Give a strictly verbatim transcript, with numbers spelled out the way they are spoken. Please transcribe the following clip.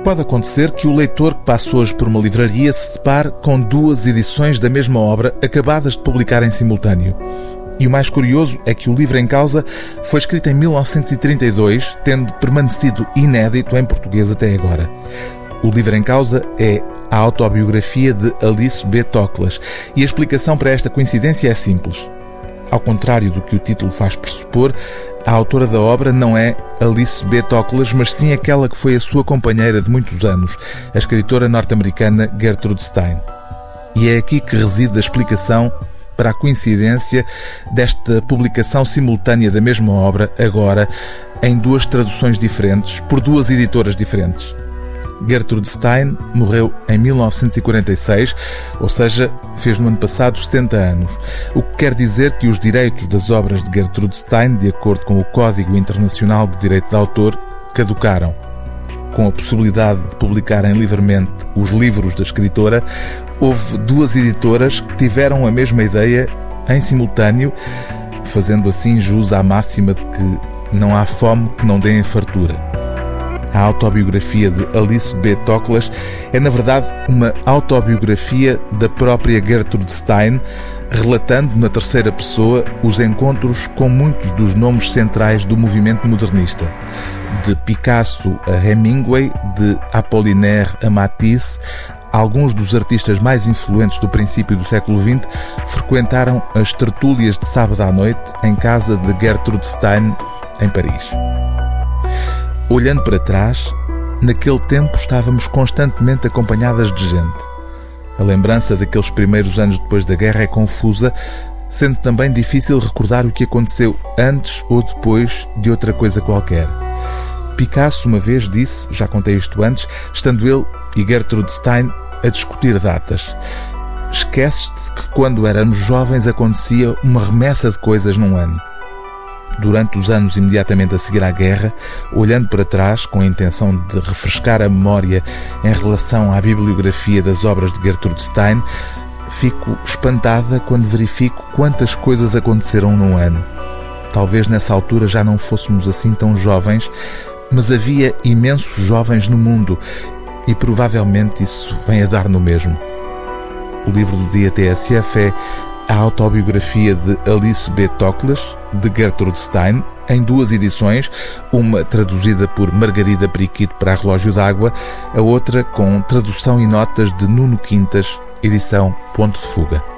Pode acontecer que o leitor que passa hoje por uma livraria se depare com duas edições da mesma obra acabadas de publicar em simultâneo. E o mais curioso é que o livro em causa foi escrito em mil novecentos e trinta e dois, tendo permanecido inédito em português até agora. O livro em causa é a autobiografia de Alice B. Toklas, e a explicação para esta coincidência é simples. Ao contrário do que o título faz pressupor, a autora da obra não é Alice B. Toklas, mas sim aquela que foi a sua companheira de muitos anos, a escritora norte-americana Gertrude Stein. E é aqui que reside a explicação para a coincidência desta publicação simultânea da mesma obra, agora em duas traduções diferentes, por duas editoras diferentes. Gertrude Stein morreu em mil novecentos e quarenta e seis, ou seja, fez no ano passado setenta anos, o que quer dizer que os direitos das obras de Gertrude Stein, de acordo com o Código Internacional de Direito de Autor, caducaram. Com a possibilidade de publicarem livremente os livros da escritora, houve duas editoras que tiveram a mesma ideia em simultâneo, fazendo assim jus à máxima de que não há fome que não dê em fartura. A autobiografia de Alice B. Toklas é, na verdade, uma autobiografia da própria Gertrude Stein, relatando na terceira pessoa os encontros com muitos dos nomes centrais do movimento modernista. De Picasso a Hemingway, de Apollinaire a Matisse, alguns dos artistas mais influentes do princípio do século vinte frequentaram as tertúlias de sábado à noite em casa de Gertrude Stein, em Paris. Olhando para trás, naquele tempo estávamos constantemente acompanhadas de gente. A lembrança daqueles primeiros anos depois da guerra é confusa, sendo também difícil recordar o que aconteceu antes ou depois de outra coisa qualquer. Picasso uma vez disse, já contei isto antes, estando ele e Gertrude Stein a discutir datas: esqueces-te que quando éramos jovens acontecia uma remessa de coisas num ano. Durante os anos imediatamente a seguir à guerra, olhando para trás com a intenção de refrescar a memória em relação à bibliografia das obras de Gertrude Stein, fico espantada quando verifico quantas coisas aconteceram num ano. Talvez nessa altura já não fôssemos assim tão jovens, mas havia imensos jovens no mundo e provavelmente isso vem a dar no mesmo. O livro do dia T S F é a autobiografia de Alice B. Toklas, de Gertrude Stein, em duas edições, uma traduzida por Margarida Periquito para a Relógio d'Água, a outra com tradução e notas de Nuno Quintas, edição Ponto de Fuga.